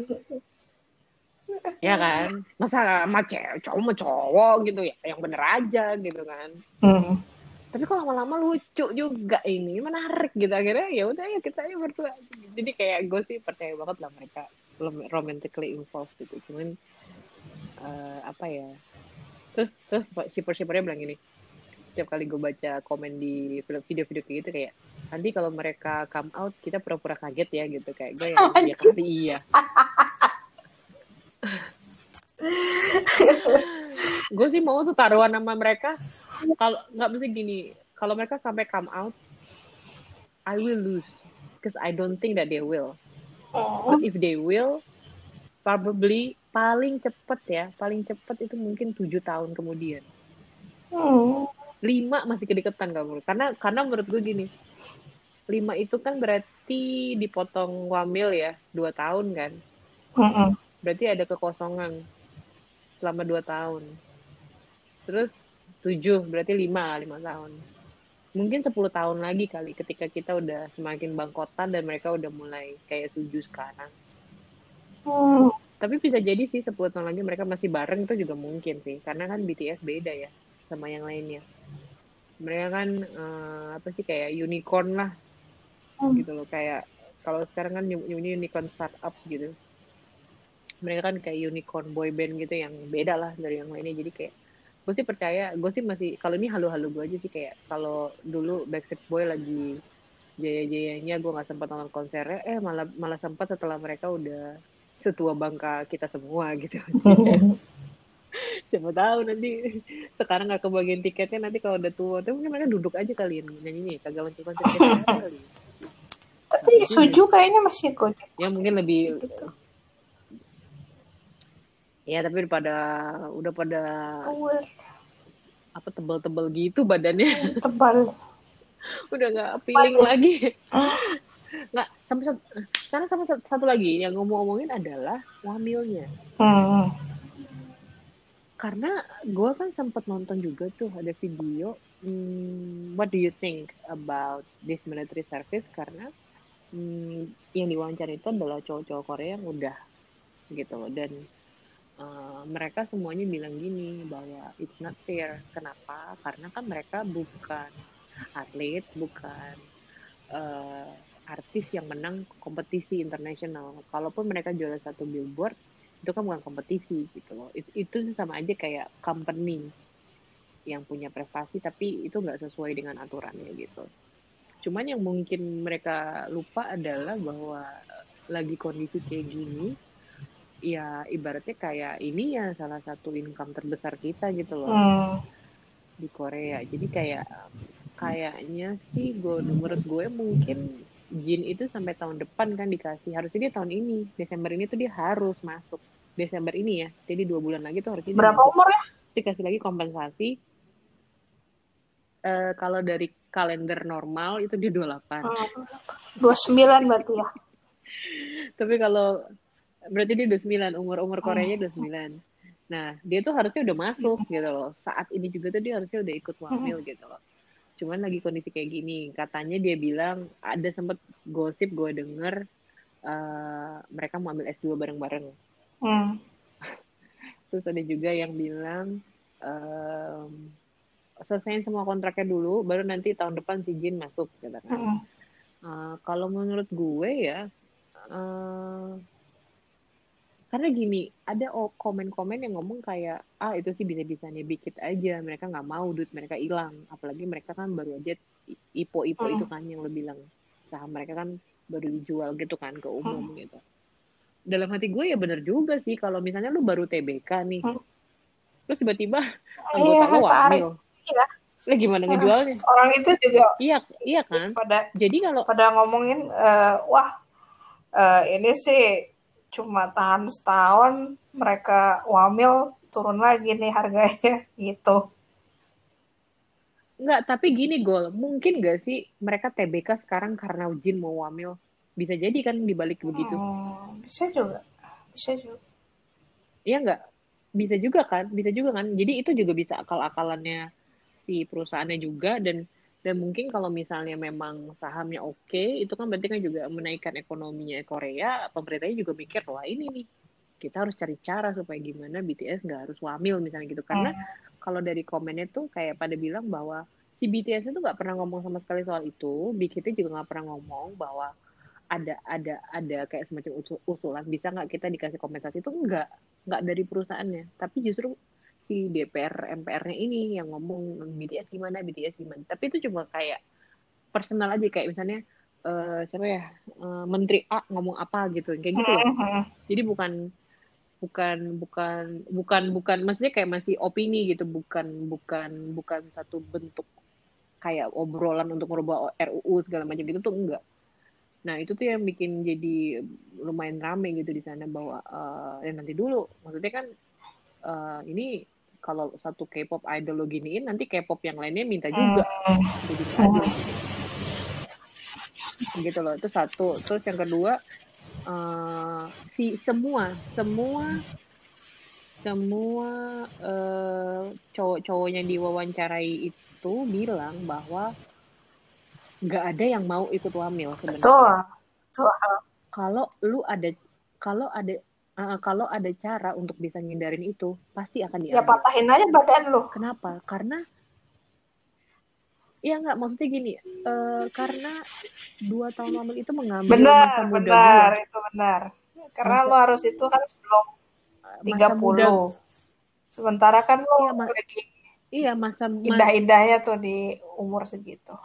Ya kan? Masa sama cewek, cowok sama cowok gitu ya. Yang bener aja gitu kan. Hmm. Tapi kok lama-lama lucu juga ini, menarik gitu. Akhirnya ya udah ya kita aja berdua. Jadi kayak gue sih percaya banget lah mereka romantically involved gitu. Cuman uh, apa ya? Terus terus shipper-shippernya bilang gini. Setiap kali gue baca komen di video-video kayak gitu kayak, nanti kalau mereka come out kita pura-pura kaget ya gitu. Kayak gue ya, ya kali iya. Gue sih mau tuh taruhan sama mereka. Kalau nggak mesti gini, kalau mereka sampai come out, I will lose, because I don't think that they will. But if they will, probably paling cepet ya, paling cepet itu mungkin tujuh tahun kemudian. Lima masih kedeketan kamu, karena karena menurut gue gini, lima itu kan berarti dipotong wamil ya, dua tahun kan, berarti ada kekosongan selama dua tahun. Terus tujuh berarti lima, lima tahun. Mungkin sepuluh tahun lagi kali ketika kita udah semakin bangkotan dan mereka udah mulai kayak Suju sekarang. Hmm. Tapi bisa jadi sih sepuluh tahun lagi mereka masih bareng, itu juga mungkin sih. Karena kan B T S beda ya sama yang lainnya. Mereka kan uh, apa sih kayak unicorn lah. Hmm. Gitu loh, kayak kalau sekarang kan ini unicorn startup gitu. Mereka kan kayak unicorn boy band gitu yang beda lah dari yang lainnya. Jadi kayak gue sih percaya, gue sih masih, kalau ini halu-halu gue aja sih, kayak kalau dulu Backstreet Boy lagi jaya-jayanya gue nggak sempat nonton konsernya, eh malah malah sempat setelah mereka udah setua bangka kita semua gitu. Siapa tahu nanti sekarang nggak kebagian tiketnya, nanti kalau udah tua, tapi mungkin mereka duduk aja kali ya nyanyinya, kagak lanjut konser kita kali. Tapi Suju kayaknya masih ikut. Ya mungkin lebih. Gitu. Ya tapi udah pada udah pada Power. Apa tebal-tebal gitu badannya. Tebal. Udah nggak feeling lagi. Nggak sampai satu, karena sama satu lagi yang ngomong-ngomongin adalah wamilnya. Hmm. Karena gue kan sempat nonton juga tuh ada video. Hmm, what do you think about this military service? Karena hmm, yang diwawancara itu adalah cowok-cowok Korea yang udah gitu loh, dan Uh, mereka semuanya bilang gini bahwa it's not fair. Kenapa? Karena kan mereka bukan atlet, bukan uh, artis yang menang kompetisi internasional. Kalaupun mereka jualan satu billboard, itu kan bukan kompetisi gitu loh. It, itu sama aja kayak company yang punya prestasi tapi itu nggak sesuai dengan aturannya gitu. Cuman yang mungkin mereka lupa adalah bahwa lagi kondisi kayak gini, ya ibaratnya kayak ini ya salah satu income terbesar kita gitu loh hmm. di Korea. Jadi kayak kayaknya sih gue menurut gue mungkin Jin itu sampai tahun depan kan dikasih, harusnya dia tahun ini Desember ini tuh dia harus masuk Desember ini ya, jadi dua bulan lagi tuh harusnya berapa umurnya? Dikasih lagi kompensasi. Uh, kalau dari kalender normal itu dia dua puluh delapan. Hmm. dua puluh sembilan berarti ya. Tapi kalau berarti dia udah sembilan, umur-umur Koreanya udah sembilan. Nah, dia tuh harusnya udah masuk gitu loh. Saat ini juga tuh dia harusnya udah ikut wamil gitu loh. Cuman lagi kondisi kayak gini. Katanya dia bilang, ada sempet gosip gue denger, uh, mereka mau ambil S dua bareng-bareng. Hmm. Terus ada juga yang bilang, um, selesaiin semua kontraknya dulu, baru nanti tahun depan si Jin masuk gitu kan. Hmm. Uh, kalau menurut gue ya, uh, karena gini, ada komen-komen yang ngomong kayak, ah itu sih bisa-bisanya Bikit aja, mereka nggak mau, duit mereka hilang. Apalagi mereka kan baru aja ipo-ipo hmm. itu kan yang lo bilang, saham mereka kan baru dijual gitu kan ke umum hmm. gitu. Dalam hati gue ya bener juga sih, kalau misalnya lo baru T B K nih, hmm. terus tiba-tiba anggota iya, lo wamil. Iya. Lah gimana ngejualnya? Orang itu juga. Iya, iya kan? Pada, jadi kalau pada ngomongin, uh, wah uh, ini sih cuma tahan setahun, mereka wamil turun lagi nih harganya gitu. Enggak, tapi gini Gol, mungkin gak sih mereka T B K sekarang karena Jin mau wamil? Bisa jadi kan dibalik begitu. Hmm, bisa juga, bisa juga. Iya enggak? Bisa juga kan? Bisa juga kan? Jadi itu juga bisa akal-akalannya si perusahaannya juga, dan dan mungkin kalau misalnya memang sahamnya oke, okay, itu kan berarti kan juga menaikkan ekonominya Korea, pemerintahnya juga mikir, wah ini nih, kita harus cari cara supaya gimana B T S nggak harus wamil misalnya gitu. Karena hmm. kalau dari komennya tuh kayak pada bilang bahwa si B T S itu nggak pernah ngomong sama sekali soal itu, B K T juga nggak pernah ngomong bahwa ada ada ada kayak semacam usulan bisa nggak kita dikasih kompensasi, itu enggak nggak dari perusahaannya, tapi justru si D P R M P R-nya ini yang ngomong B T S gimana, B T S gimana. Tapi itu cuma kayak personal aja, kayak misalnya uh, siapa ya, uh, Menteri A ngomong apa gitu, kayak gitu loh. Jadi bukan bukan bukan bukan bukan maksudnya kayak masih opini gitu, bukan bukan bukan satu bentuk kayak obrolan untuk merubah R U U segala macam gitu tuh enggak. Nah itu tuh yang bikin jadi lumayan rame gitu di sana, bahwa uh, ya nanti dulu, maksudnya kan uh, ini kalau satu K-pop idol lo giniin, nanti K-pop yang lainnya minta juga, jadi adil gitu loh. Itu satu. Terus yang kedua, uh, si semua semua semua uh, cowok-cowoknya diwawancarai itu bilang bahwa nggak ada yang mau ikut wamil sebenarnya. Betul. Betul. Kalau lu ada kalau ada uh, kalau ada cara untuk bisa ngindarin itu, pasti akan diambil. Ya patahin aja badan lu. Kenapa? Karena ya nggak, maksudnya gini, uh, karena dua tahun wamil itu mengambil benar, masa muda benar, gua. itu benar. Karena masa, lu harus itu kan sebelum tiga puluh. Sementara kan lu iya, ma- lagi iya, masa indah-indahnya tuh di umur segitu.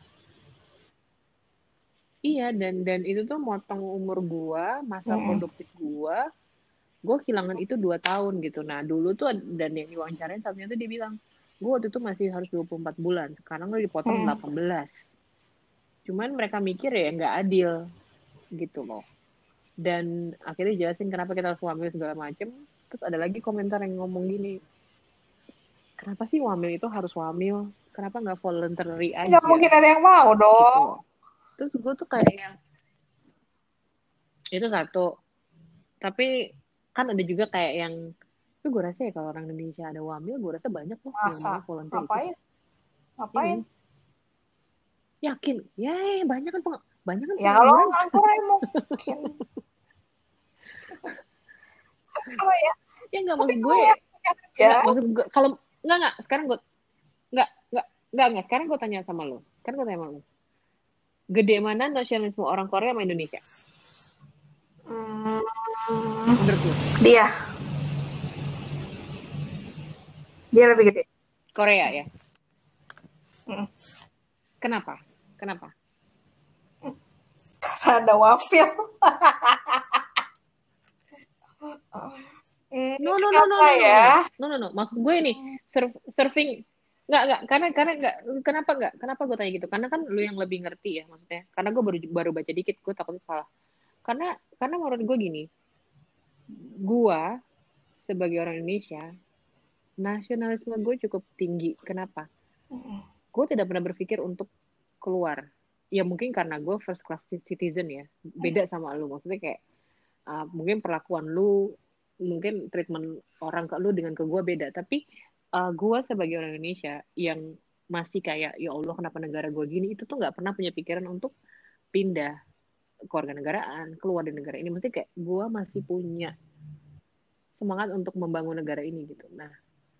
Iya, dan dan itu tuh motong umur gua, masa hmm. produktif gua. Gue kehilangan itu dua tahun gitu. Nah dulu tuh, dan yang diwawancarain satunya tuh dia bilang, gue waktu itu masih harus dua puluh empat bulan, sekarang lo dipotong hmm. delapan belas. Cuman mereka mikir ya nggak adil gitu loh. Dan akhirnya jelasin kenapa kita harus wamil segala macem. Terus ada lagi komentar yang ngomong gini, kenapa sih wamil itu harus wamil? Kenapa nggak voluntary aja? Nggak mungkin ada yang mau dong. Gitu. Terus gue tuh kayak yang, itu satu. Tapi kan ada juga kayak yang, tapi gue rasa ya kalau orang Indonesia ada wamil, gue rasa banyak loh yang mau volunteer. Ngapain? Ngapain? Ya, yakin? Ya, banyak kan, peng- banyak kan. Ya kalau nganggur ya mungkin. Kalau ya, ya nggak, maksud gue. Ya, ya. Maksud gue kalau nggak nggak sekarang gue nggak nggak nggak nggak sekarang gue tanya sama lo, kan gue tanya sama lo, gede mana nasionalisme orang Korea sama Indonesia? Hmm, menurut dia dia lebih gede Korea ya. hmm. Kenapa? Kenapa? Karena ada wafil. no no no no no ya no no no maksud gue nih, surf, surfing nggak nggak karena karena nggak kenapa nggak kenapa gue tanya gitu, karena kan lu yang lebih ngerti ya, maksudnya karena gue baru baru baca dikit, gue takutnya salah. Karena karena menurut gue gini, gue sebagai orang Indonesia, nasionalisme gue cukup tinggi. Kenapa? Gue tidak pernah berpikir untuk keluar. Ya mungkin karena gue first class citizen ya, beda sama lu. Maksudnya kayak uh, mungkin perlakuan lu, mungkin treatment orang ke lu dengan ke gue beda, tapi uh, gue sebagai orang Indonesia yang masih kayak ya Allah kenapa negara gue gini, itu tuh nggak pernah punya pikiran untuk pindah keluarga negaraan, keluar dari negara ini. Mesti kayak gue masih punya semangat untuk membangun negara ini gitu. Nah,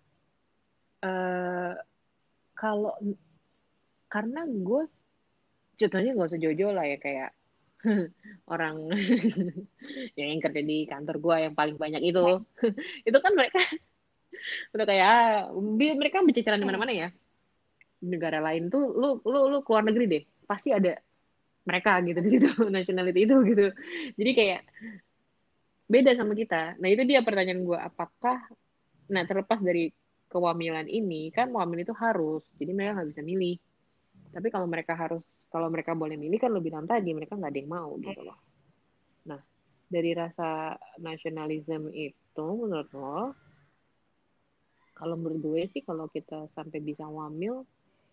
uh, kalau karena gue contohnya nggak usah jauh-jauh lah ya, kayak orang yang kerja di kantor gue yang paling banyak itu, itu kan mereka udah kayak mereka berceceran di mana-mana ya. Negara lain tuh lu lu lu keluar negeri deh, pasti ada mereka gitu di situ, nationality itu gitu. Jadi kayak beda sama kita. Nah itu dia pertanyaan gue, apakah nah terlepas dari kewamilan ini, kan wamil itu harus, jadi mereka nggak bisa milih. Tapi kalau mereka harus, kalau mereka boleh milih kan lu bilang tadi mereka nggak ada yang mau gitu loh. Nah dari rasa nasionalisme itu menurut lo, kalau menurut gue sih kalau kita sampai bisa wamil,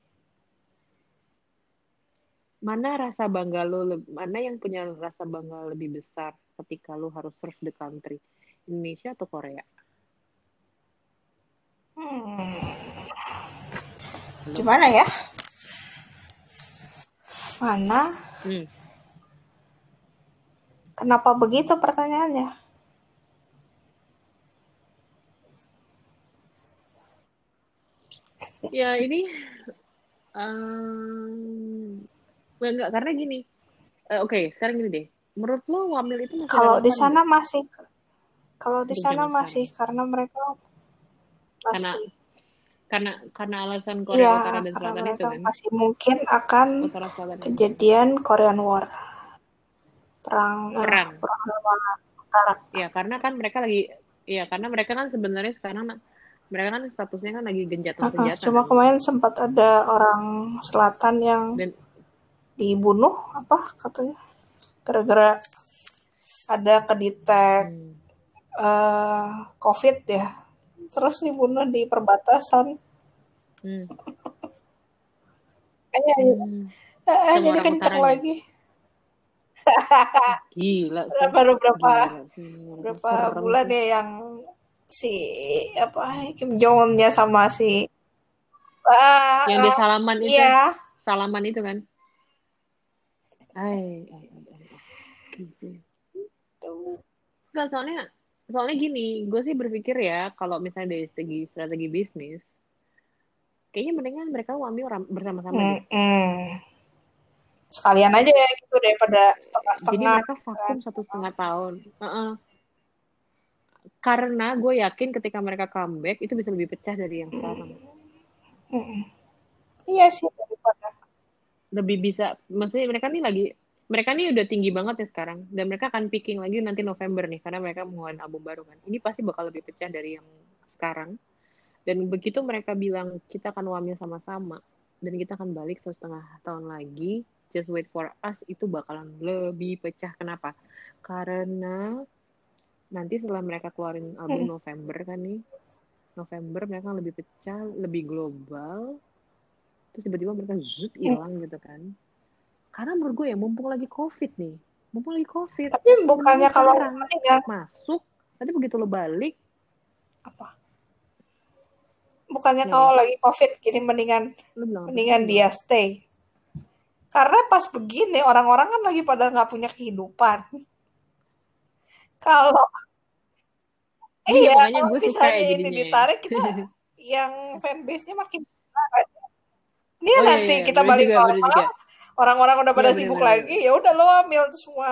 mana rasa bangga lo, mana yang punya rasa bangga lebih besar ketika lo harus serve the country, Indonesia atau Korea? Hmm. Gimana ya? Mana? Hmm. Kenapa begitu pertanyaannya? Ya ini um, enggak, karena gini. Uh, Oke, okay, sekarang gini deh. Menurut lo wamil itu masih kalau di sana gak? masih kalau di sana masih sekarang? Karena mereka masih karena karena karena alasan Korea ya, Utara dan Selatan itu kan masih mungkin akan kejadian itu. Korean War, perang perang, uh, perang Utara. Ya karena kan mereka lagi ya karena mereka kan sebenarnya sekarang mereka kan statusnya kan lagi genjatan-genjatan. Uh, cuma kan. Kemarin sempat ada orang Selatan yang dan, dibunuh apa katanya gara-gara ada kedetek hmm. uh, COVID ya, terus dibunuh di perbatasan. Hmm. Kayaknya hmm. uh, jadi kencang lagi. Gila. Baru berapa Gila. berapa Serem. bulan ya yang si apa Kim Jong Un-nya sama si uh, yang dia salaman itu, iya. salaman itu kan. Ay, ay, ay, ay. Gitu. Nggak, soalnya soalnya gini, gue sih berpikir ya kalau misalnya dari segi strategi bisnis, kayaknya mendingan mereka wamil bersama-sama mm, deh. Mm. Sekalian aja ya gitu daripada setengah-setengah. Jadi mereka vakum kan. satu setengah tahun. Uh-uh. Karena gue yakin ketika mereka comeback itu bisa lebih pecah dari yang sekarang. Mm. Iya sih, daripada lebih bisa, maksudnya mereka nih lagi, mereka nih udah tinggi banget ya sekarang, dan mereka akan picking lagi nanti November nih, karena mereka mengeluarkan album baru kan. Ini pasti bakal lebih pecah dari yang sekarang. Dan begitu mereka bilang kita akan wamil sama-sama, dan kita akan balik satu setengah tahun lagi, just wait for us, itu bakalan lebih pecah. Kenapa? Karena nanti setelah mereka keluarin album November kan nih, November mereka lebih pecah, lebih global, terus tiba-tiba mereka zut hilang gitu kan. Karena menurut gue ya mumpung lagi COVID nih, mumpung lagi COVID. Tapi bukannya kalau meninggal masuk, tapi begitu lo balik apa? Bukannya ya, kalau lagi COVID gini mendingan mendingan dia stay. Karena pas begini orang-orang kan lagi pada nggak punya kehidupan. Kalau iya, makanya gue suka ya ini ditarik kita yang fanbase-nya makin ini oh, nanti iya, iya. kita balik juga, normal, orang-orang udah pada iya, sibuk bener, lagi, ya udah lo ambil itu semua.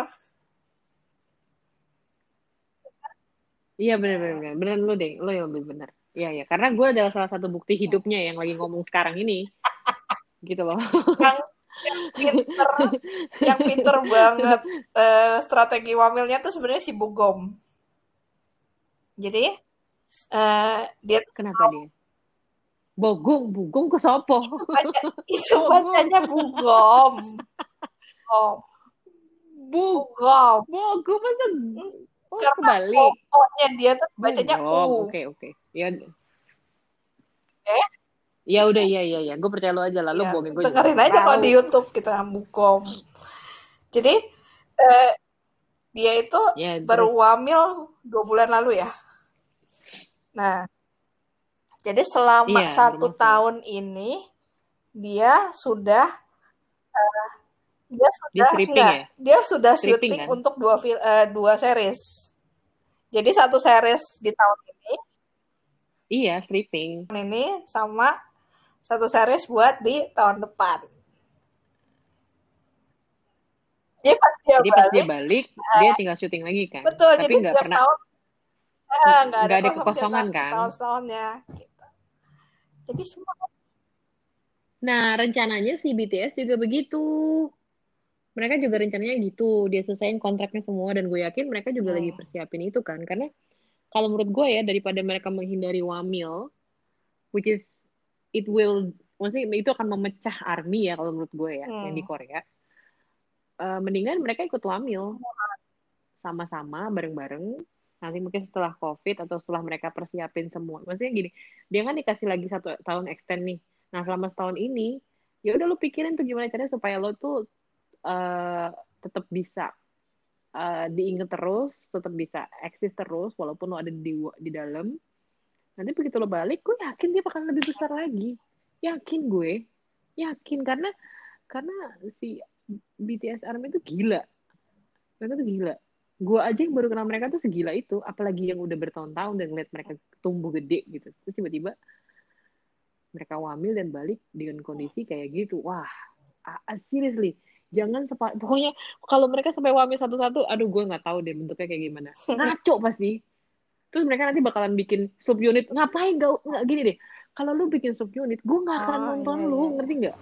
Iya benar-benar, benar lo deh, lo yang lebih benar. Iya ya, karena gue adalah salah satu bukti hidupnya yang lagi ngomong sekarang ini, gitu loh. Yang, yang pinter, yang pinter banget uh, strategi wamilnya tuh sebenarnya si Bugom. Jadi uh, dia tuh kenapa mau, dia? Bogung, Bugong ke sopo. Itu, baca, itu bacanya Bugom. Oh. Bugom. Bugom masa oh, kebalik. Pokoknya dia tuh bacanya U. Oke, oke. Ya. Eh? Ya udah, iya, iya, ya. Gue percaya lo aja lah. Lo ya, bohongin gue dengerin juga. Dengerin aja kalau di YouTube kita Bugom. Jadi, eh, dia itu Ya, baru terus hamil dua bulan lalu ya. Nah, jadi selama iya baru satu masuk. tahun ini dia sudah uh, dia Dia sudah stripping enggak, ya? dia sudah Stripping syuting kan? untuk dua fil- uh, dua series. Jadi satu series di tahun ini, Iya, stripping. ini sama satu series buat di tahun depan. Jadi pas dia Jadi pas dia balik, balik, dia uh, tinggal syuting lagi kan? betul. Tapi Jadi nggak tiap pernah, tahun eh, nggak ada nggak ada kosong tiap kekosongan tahun kan? setahun-setahunnya. Gitu. Jadi semua. Nah, rencananya si B T S juga begitu. Mereka juga rencananya gitu. Dia selesaiin kontraknya semua dan gue yakin mereka juga lagi Hmm. persiapin itu kan. Karena kalau menurut gue ya, daripada mereka menghindari wamil, which is it will, maksudnya itu akan memecah army ya kalau menurut gue ya, yang di Hmm. Korea. Uh, mendingan mereka ikut wamil sama-sama bareng-bareng. Nanti mungkin setelah COVID atau setelah mereka persiapin semua. Maksudnya gini, dia kan dikasih lagi satu tahun extend nih. Nah selama setahun ini, ya udah lu pikirin tuh gimana caranya supaya lo tuh uh, tetap bisa uh, diinget terus, tetap bisa eksis terus, walaupun lo ada di di dalam. Nanti begitu lo balik, gue yakin dia bakal lebih besar lagi. Yakin gue, yakin karena karena si B T S Army itu gila. Mereka tuh gila. Gue aja yang baru kenal mereka tuh segila itu. Apalagi yang udah bertahun-tahun dan ngeliat mereka tumbuh gede gitu. Terus tiba-tiba mereka wamil dan balik dengan kondisi kayak gitu. Wah, uh, seriously. Jangan sepa... Pokoknya kalau mereka sampai wamil satu-satu, aduh gue gak tahu deh bentuknya kayak gimana. Ngaco pasti. Terus mereka nanti bakalan bikin subunit. Ngapain gak, gak gini deh. Kalau lu bikin subunit, gue gak akan Oh, nonton iya, lu. iya, Ngerti gak?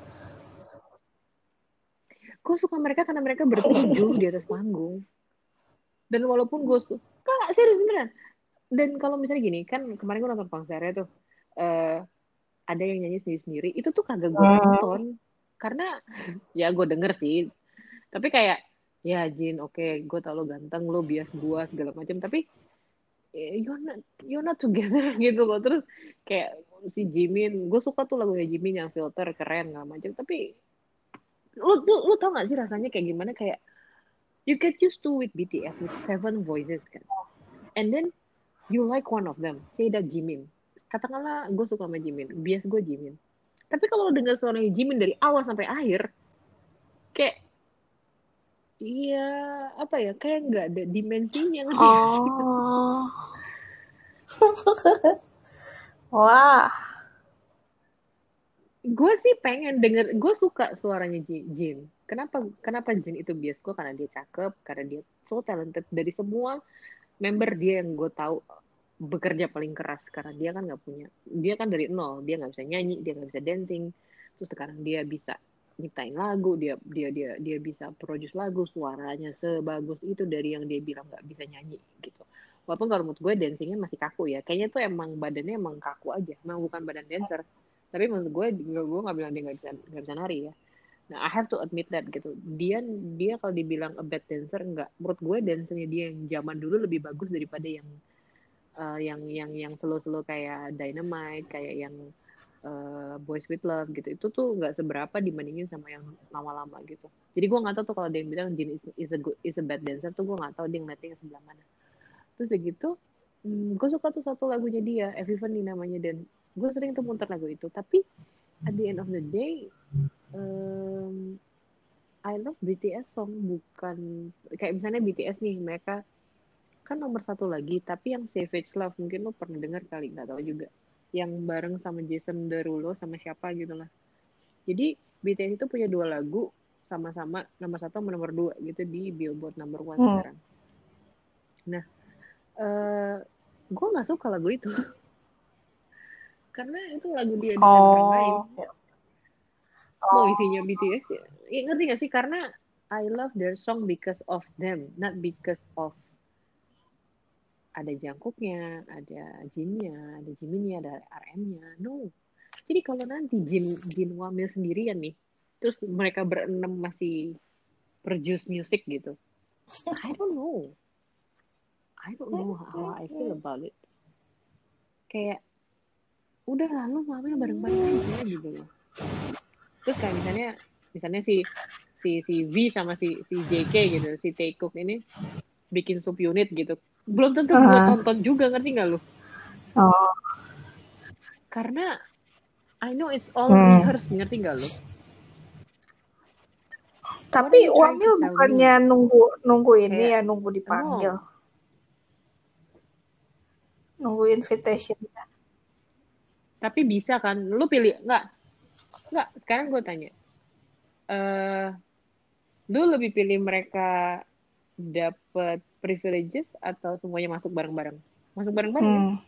Gue suka mereka karena mereka bertujuh di atas panggung. Dan walaupun gue suka, serius beneran. Dan kalau misalnya gini, kan kemarin gue nonton konsernya tuh, uh, ada yang nyanyi sendiri-sendiri, itu tuh kagak gue tonton. Karena, ya gue denger sih. Tapi kayak, ya Jin, oke, okay, gue tau lo ganteng, lo bias gue, segala macam. Tapi, you're not, you're not together gitu loh. Terus kayak si Jimin, gue suka tuh lagunya Jimin yang filter, keren, gak macam. Tapi, lo, lo, lo tau gak sih rasanya kayak gimana? Kayak, you get used to with B T S, with seven voices kan. And then, you like one of them, say that Jimin. Katakanlah gue suka sama Jimin, bias gue Jimin. Tapi kalau lo dengar suaranya Jimin dari awal sampai akhir, kayak, iya apa ya, kayak nggak ada dimensinya ngerti nggak sih? Oh. Wah. Gue sih pengen denger, gue suka suaranya Jin. Kenapa kenapa Jin itu bias gue? Karena dia cakep, karena dia so talented. Dari semua member dia yang gue tahu bekerja paling keras, karena dia kan nggak punya, dia kan dari nol, dia nggak bisa nyanyi, dia nggak bisa dancing, terus sekarang dia bisa nyiptain lagu, dia dia dia dia bisa produce lagu, suaranya sebagus itu dari yang dia bilang nggak bisa nyanyi gitu. Walaupun kalau menurut gue dancingnya masih kaku ya, kayaknya tuh emang badannya emang kaku aja, emang bukan badan dancer. Tapi maksud gue, gue nggak bilang dia nggak bisa nggak bisa nari ya. Nah, I have to admit that gitu. Dia dia kalau dibilang a bad dancer enggak. Menurut gue dancernya dia yang zaman dulu lebih bagus daripada yang uh, yang yang yang slow-slow kayak Dynamite, kayak yang uh, Boys with Love gitu. Itu tuh nggak seberapa dibandingin sama yang lama-lama gitu. Jadi gue nggak tahu tuh kalau dia yang bilang Jin is, is a good, is a bad dancer tuh gue nggak tahu dia ngeliatnya sebelah mana. Terus begitu, hmm, gue suka tuh satu lagunya dia, Everyone namanya, dan gue sering tuh muter lagu itu. Tapi at the end of the day, um, I love B T S song, bukan kayak misalnya B T S nih, mereka kan nomor satu lagi, tapi yang Savage Love mungkin lo pernah dengar kali, nggak tahu juga, yang bareng sama Jason Derulo sama siapa gitu lah. Jadi B T S itu punya dua lagu sama-sama nomor satu sama nomor dua gitu di Billboard number one hmm. sekarang. Nah, uh, gue nggak suka lagu itu karena itu lagu dia dengan oh. orang lain. Mau isinya B T S ya, ya ngerti gak sih? Karena I love their song because of them, not because of ada Jungkooknya, ada Jinnya, ada Jiminnya, ada R M-nya. No. Jadi kalau nanti Jin Jin wamil sendirian nih, terus mereka berenam masih produce music gitu, I don't know. I don't know how I feel about it. Kayak udah lalu wamil bareng-bareng aja gitu loh. Terus kayak misalnya misalnya si si si V sama si si J K gitu, si Taekook ini bikin sub unit gitu. Belum tentu uh-huh. gue tonton juga, ngerti nggak lu? Oh. Karena I know it's all hmm. rehearsed, ngerti nggak lu? Tapi Wamil bukannya me? nunggu nunggu ini kayak, ya, nunggu dipanggil. Oh. Nunggu invitation. Tapi bisa kan? Lu pilih nggak? Nggak. Sekarang gue tanya. Uh, lu lebih pilih mereka dapat privileges atau semuanya masuk bareng-bareng? Masuk bareng-bareng hmm. kan?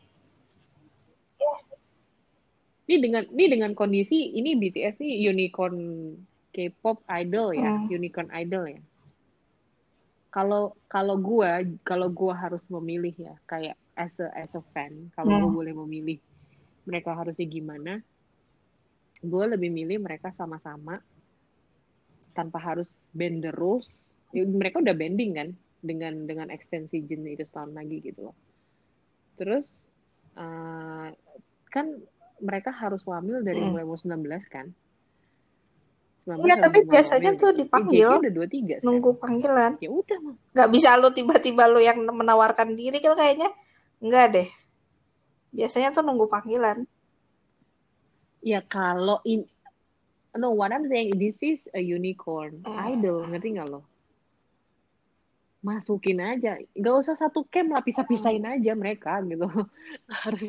Ini dengan ini dengan kondisi ini B T S ini unicorn K-pop idol ya, hmm. unicorn idol ya. Kalau kalau gue kalau gue harus memilih ya, kayak as a as a fan, kalau hmm. gue boleh memilih mereka harusnya gimana, gue lebih milih mereka sama-sama tanpa harus bend the rules. Ya, mereka udah bending kan dengan dengan ekstensi Jin itu setahun lagi gitu loh. Terus uh, kan mereka harus wamil dari hmm. mulai umur sembilan belas kan? Iya, tapi biasanya tuh gitu. dipanggil. Eh, udah dua puluh tiga sekarang. Nunggu panggilan. Ya udah mah. Gak bisa lu tiba-tiba lu yang menawarkan diri kan kayaknya. Enggak deh. Biasanya tuh nunggu panggilan. Ya kalau in no, what I'm saying, this is a unicorn hmm. idol, ngerti nggak lo? Masukin aja, nggak usah satu camp lah, pisah-pisahin aja mereka gitu. Harus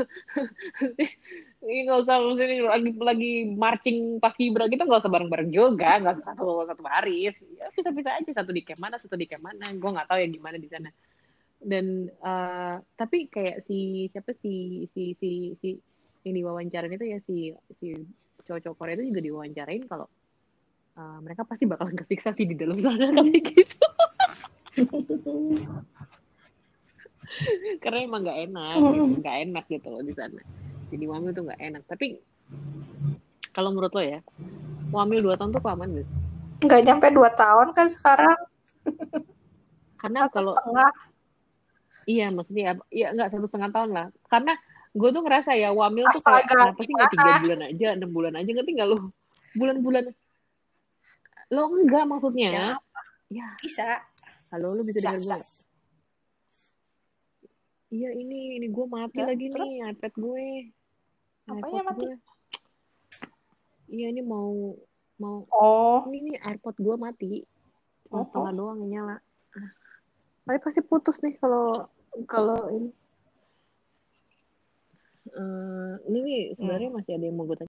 ini nggak usah sini lagi lagi marching pas kibra gitu, nggak usah bareng-bareng juga, nggak usah satu satu baris, ya pisah-pisah aja, satu di camp mana, satu di camp mana, gue nggak tahu ya gimana di sana. Dan uh, tapi kayak si siapa si si si si yang diwawancarain itu ya si si cowok-cowok Korea itu juga diwawancarain kalau uh, mereka pasti bakalan kesiksa sih di dalam sana kayak gitu. Karena emang nggak enak, nggak gitu. enak gitu loh di sana. Jadi wamil tuh nggak enak. Tapi kalau menurut lo ya, wamil dua tahun tuh aman nggak? Nggak nyampe dua tahun kan sekarang. Karena kalau iya maksudnya ya nggak satu setengah tahun lah. Karena gue tuh ngerasa ya wamil tuh kayak kenapa sih nggak tiga bulan aja, enam bulan aja, ngerti nggak lo? Bulan-bulan lo enggak maksudnya? Ya, ya. Bisa. Halo, lu bisa, bisa dengar gue nggak? Iya ini ini gue mati ya, lagi terus? Nih iPad gue. Apanya mati? Gue. Iya ini mau mau. Oh. Ini nih AirPod gue mati. Cuma oh, setengah oh. doang yang nyala. Tapi pasti putus nih kalau kalau ini. Uh, ini nih sebenarnya hmm. masih ada yang mau gue tanya.